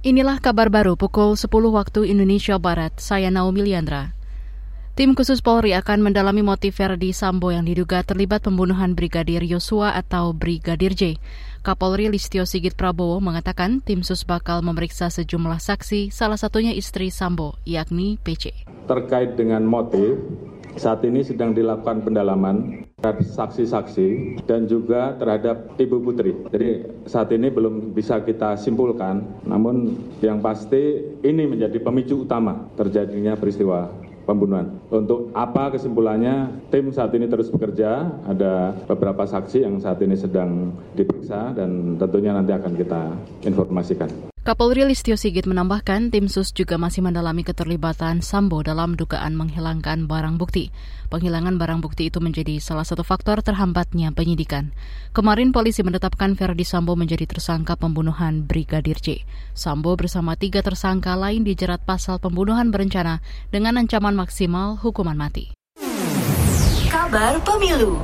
Inilah kabar baru pukul 10 waktu Indonesia Barat. Saya Naomi Liandra. Tim khusus Polri akan mendalami motif Verdi Sambo yang diduga terlibat pembunuhan Brigadir Yosua atau Brigadir J. Kapolri Listio Sigit Prabowo mengatakan tim sus bakal memeriksa sejumlah saksi, salah satunya istri Sambo, yakni PC. Terkait dengan motif, saat ini sedang dilakukan pendalaman terhadap saksi-saksi dan juga terhadap Ibu Putri. Jadi saat ini belum bisa kita simpulkan, namun yang pasti ini menjadi pemicu utama terjadinya peristiwa pembunuhan. Untuk apa kesimpulannya, tim saat ini terus bekerja, ada beberapa saksi yang saat ini sedang diperiksa dan tentunya nanti akan kita informasikan. Kapolri Listio Sigit menambahkan tim sus juga masih mendalami keterlibatan Sambo dalam dugaan menghilangkan barang bukti. Penghilangan barang bukti itu menjadi salah satu faktor terhambatnya penyidikan. Kemarin polisi menetapkan Verdi Sambo menjadi tersangka pembunuhan Brigadir J. Sambo bersama 3 tersangka lain dijerat pasal pembunuhan berencana dengan ancaman maksimal hukuman mati. Kabar Pemilu.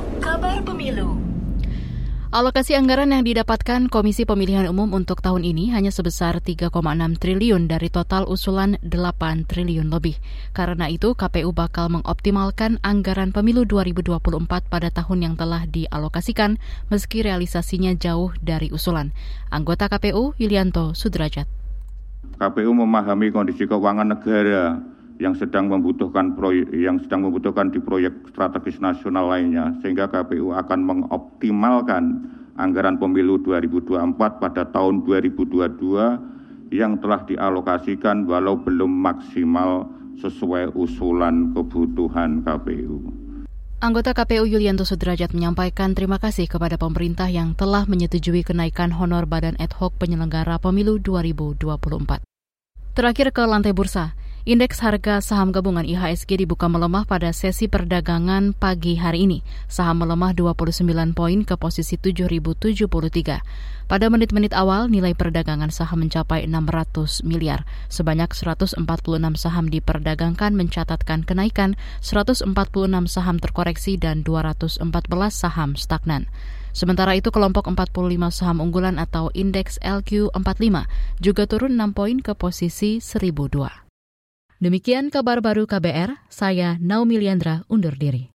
Alokasi anggaran yang didapatkan Komisi Pemilihan Umum untuk tahun ini hanya sebesar 3,6 triliun dari total usulan 8 triliun lebih. Karena itu, KPU bakal mengoptimalkan anggaran pemilu 2024 pada tahun yang telah dialokasikan, meski realisasinya jauh dari usulan. Anggota KPU, Yulianto Sudrajat. KPU memahami kondisi keuangan negara yang sedang membutuhkan di proyek strategis nasional lainnya, sehingga KPU akan mengoptimalkan anggaran pemilu 2024 pada tahun 2022 yang telah dialokasikan walau belum maksimal sesuai usulan kebutuhan KPU. Anggota KPU Yulianto Sudrajat menyampaikan terima kasih kepada pemerintah yang telah menyetujui kenaikan honor Badan Ad Hoc Penyelenggara Pemilu 2024. Terakhir ke lantai bursa. Indeks harga saham gabungan IHSG dibuka melemah pada sesi perdagangan pagi hari ini. Saham melemah 29 poin ke posisi 7.073. Pada menit-menit awal, nilai perdagangan saham mencapai 600 miliar. Sebanyak 146 saham diperdagangkan mencatatkan kenaikan, 146 saham terkoreksi dan 214 saham stagnan. Sementara itu, kelompok 45 saham unggulan atau indeks LQ45 juga turun 6 poin ke posisi 1002. Demikian kabar baru KBR, saya Naomi Liandra undur diri.